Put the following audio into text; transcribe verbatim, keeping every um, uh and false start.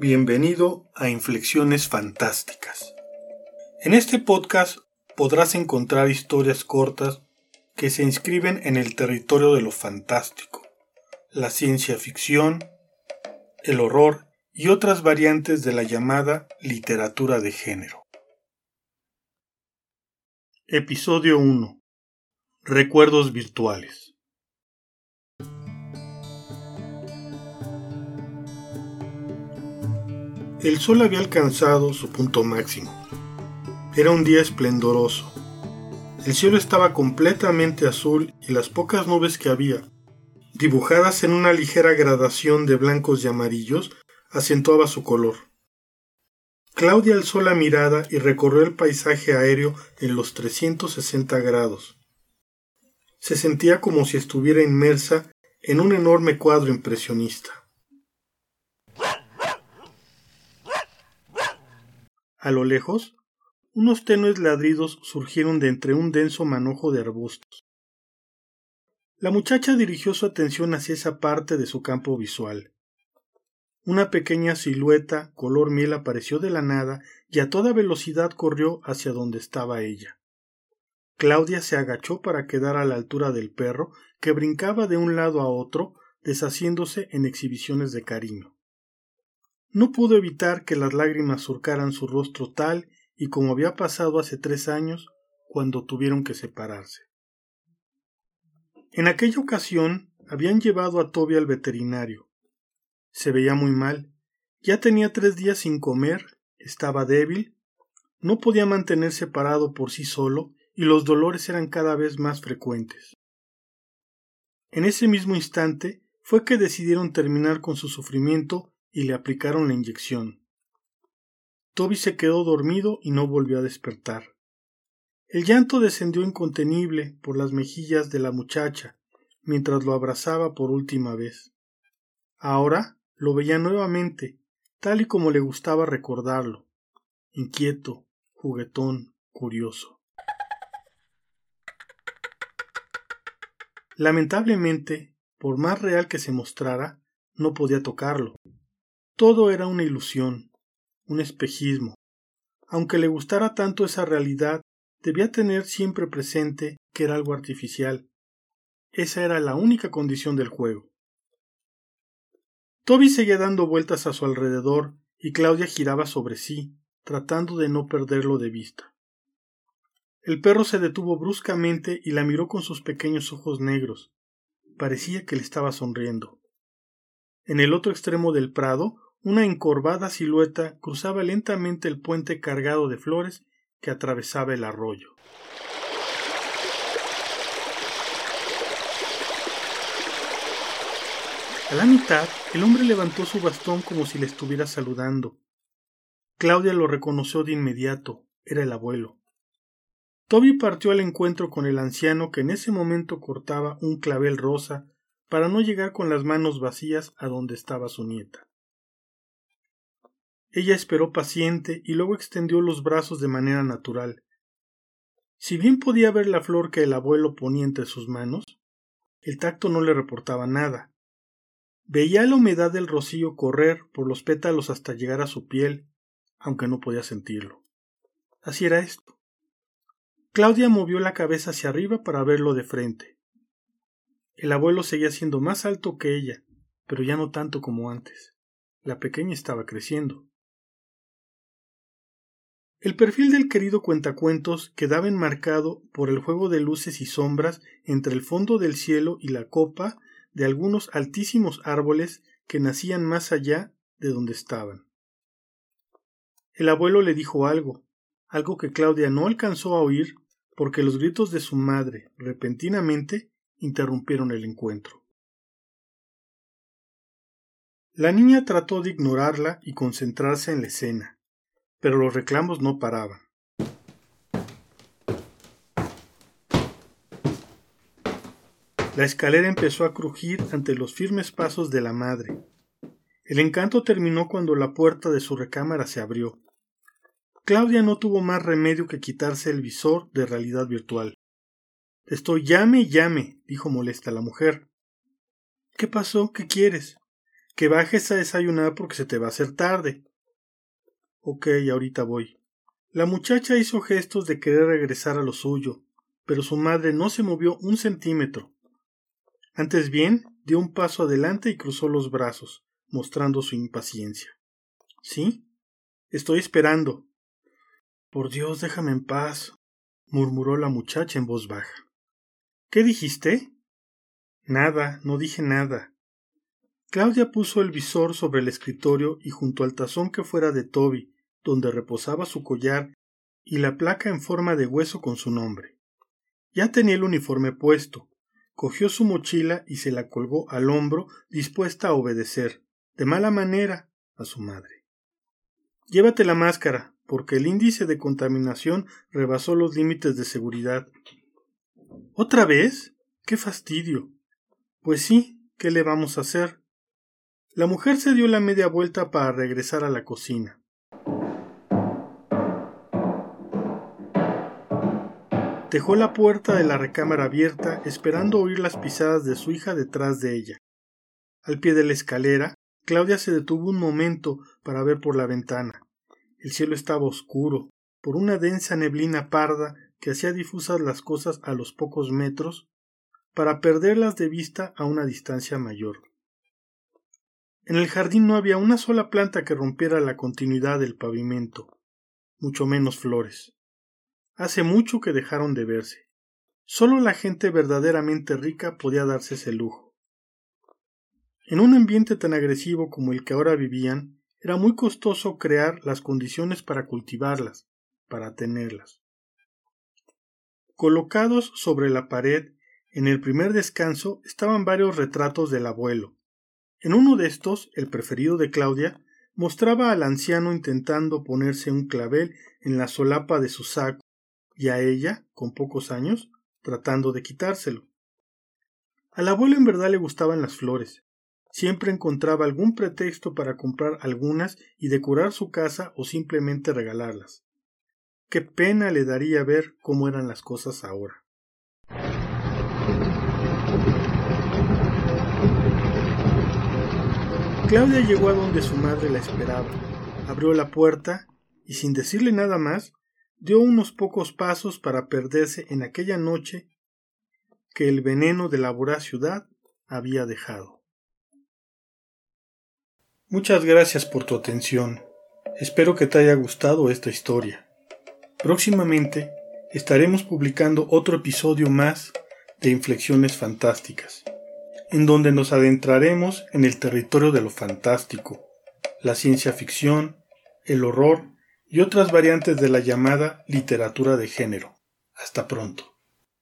Bienvenido a Inflexiones Fantásticas. En este podcast podrás encontrar historias cortas que se inscriben en el territorio de lo fantástico, la ciencia ficción, el horror y otras variantes de la llamada literatura de género. Episodio uno. Recuerdos virtuales. El sol había alcanzado su punto máximo. Era un día esplendoroso. El cielo estaba completamente azul y las pocas nubes que había, dibujadas en una ligera gradación de blancos y amarillos, acentuaba su color. Claudia alzó la mirada y recorrió el paisaje aéreo en los trescientos sesenta grados. Se sentía como si estuviera inmersa en un enorme cuadro impresionista. A lo lejos, unos tenues ladridos surgieron de entre un denso manojo de arbustos. La muchacha dirigió su atención hacia esa parte de su campo visual. Una pequeña silueta color miel apareció de la nada y a toda velocidad corrió hacia donde estaba ella. Claudia se agachó para quedar a la altura del perro, que brincaba de un lado a otro, deshaciéndose en exhibiciones de cariño. No pudo evitar que las lágrimas surcaran su rostro tal y como había pasado hace tres años, cuando tuvieron que separarse. En aquella ocasión habían llevado a Toby al veterinario. Se veía muy mal, ya tenía tres días sin comer, estaba débil, no podía mantenerse parado por sí solo y los dolores eran cada vez más frecuentes. En ese mismo instante fue que decidieron terminar con su sufrimiento y le aplicaron la inyección. Toby se quedó dormido y no volvió a despertar. El llanto descendió incontenible por las mejillas de la muchacha mientras lo abrazaba por última vez. Ahora lo veía nuevamente, tal y como le gustaba recordarlo, inquieto, juguetón, curioso. Lamentablemente, por más real que se mostrara, no podía tocarlo. Todo era una ilusión, un espejismo. Aunque le gustara tanto esa realidad, debía tener siempre presente que era algo artificial. Esa era la única condición del juego. Toby seguía dando vueltas a su alrededor y Claudia giraba sobre sí, tratando de no perderlo de vista. El perro se detuvo bruscamente y la miró con sus pequeños ojos negros. Parecía que le estaba sonriendo. En el otro extremo del prado, una encorvada silueta cruzaba lentamente el puente cargado de flores que atravesaba el arroyo. A la mitad, el hombre levantó su bastón como si le estuviera saludando. Claudia lo reconoció de inmediato, era el abuelo. Toby partió al encuentro con el anciano que en ese momento cortaba un clavel rosa para no llegar con las manos vacías a donde estaba su nieta. Ella esperó paciente y luego extendió los brazos de manera natural. Si bien podía ver la flor que el abuelo ponía entre sus manos, el tacto no le reportaba nada. Veía la humedad del rocío correr por los pétalos hasta llegar a su piel, aunque no podía sentirlo. Así era esto. Claudia movió la cabeza hacia arriba para verlo de frente. El abuelo seguía siendo más alto que ella, pero ya no tanto como antes. La pequeña estaba creciendo. El perfil del querido cuentacuentos quedaba enmarcado por el juego de luces y sombras entre el fondo del cielo y la copa de algunos altísimos árboles que nacían más allá de donde estaban. El abuelo le dijo algo, algo que Claudia no alcanzó a oír porque los gritos de su madre, repentinamente, interrumpieron el encuentro. La niña trató de ignorarla y concentrarse en la escena, pero los reclamos no paraban. La escalera empezó a crujir ante los firmes pasos de la madre. El encanto terminó cuando la puerta de su recámara se abrió. Claudia no tuvo más remedio que quitarse el visor de realidad virtual. «Estoy llame y llame», dijo molesta la mujer. «¿Qué pasó? ¿Qué quieres?» Que bajes a desayunar porque se te va a hacer tarde. Ok, ahorita voy. La muchacha hizo gestos de querer regresar a lo suyo, pero su madre no se movió un centímetro. Antes bien, dio un paso adelante y cruzó los brazos, mostrando su impaciencia. ¿Sí? Estoy esperando. Por Dios, déjame en paz, murmuró la muchacha en voz baja. ¿Qué dijiste? Nada, no dije nada. Claudia puso el visor sobre el escritorio y junto al tazón que fuera de Toby, donde reposaba su collar y la placa en forma de hueso con su nombre. Ya tenía el uniforme puesto, cogió su mochila y se la colgó al hombro, dispuesta a obedecer, de mala manera, a su madre. Llévate la máscara, porque el índice de contaminación rebasó los límites de seguridad. ¿Otra vez? ¡Qué fastidio! Pues sí, ¿qué le vamos a hacer? La mujer se dio la media vuelta para regresar a la cocina. Dejó la puerta de la recámara abierta, esperando oír las pisadas de su hija detrás de ella. Al pie de la escalera, Claudia se detuvo un momento para ver por la ventana. El cielo estaba oscuro, por una densa neblina parda que hacía difusas las cosas a los pocos metros, para perderlas de vista a una distancia mayor. En el jardín no había una sola planta que rompiera la continuidad del pavimento, mucho menos flores. Hace mucho que dejaron de verse. Solo la gente verdaderamente rica podía darse ese lujo. En un ambiente tan agresivo como el que ahora vivían, era muy costoso crear las condiciones para cultivarlas, para tenerlas. Colocados sobre la pared, en el primer descanso, estaban varios retratos del abuelo. En uno de estos, el preferido de Claudia, mostraba al anciano intentando ponerse un clavel en la solapa de su saco, y a ella, con pocos años, tratando de quitárselo. Al abuelo en verdad le gustaban las flores. Siempre encontraba algún pretexto para comprar algunas y decorar su casa o simplemente regalarlas. Qué pena le daría ver cómo eran las cosas ahora. Claudia llegó a donde su madre la esperaba, abrió la puerta y sin decirle nada más, dio unos pocos pasos para perderse en aquella noche que el veneno de la voraz ciudad había dejado. Muchas gracias por tu atención. Espero que te haya gustado esta historia. Próximamente estaremos publicando otro episodio más de Inflexiones Fantásticas, en donde nos adentraremos en el territorio de lo fantástico, la ciencia ficción, el horror y otras variantes de la llamada literatura de género. Hasta pronto.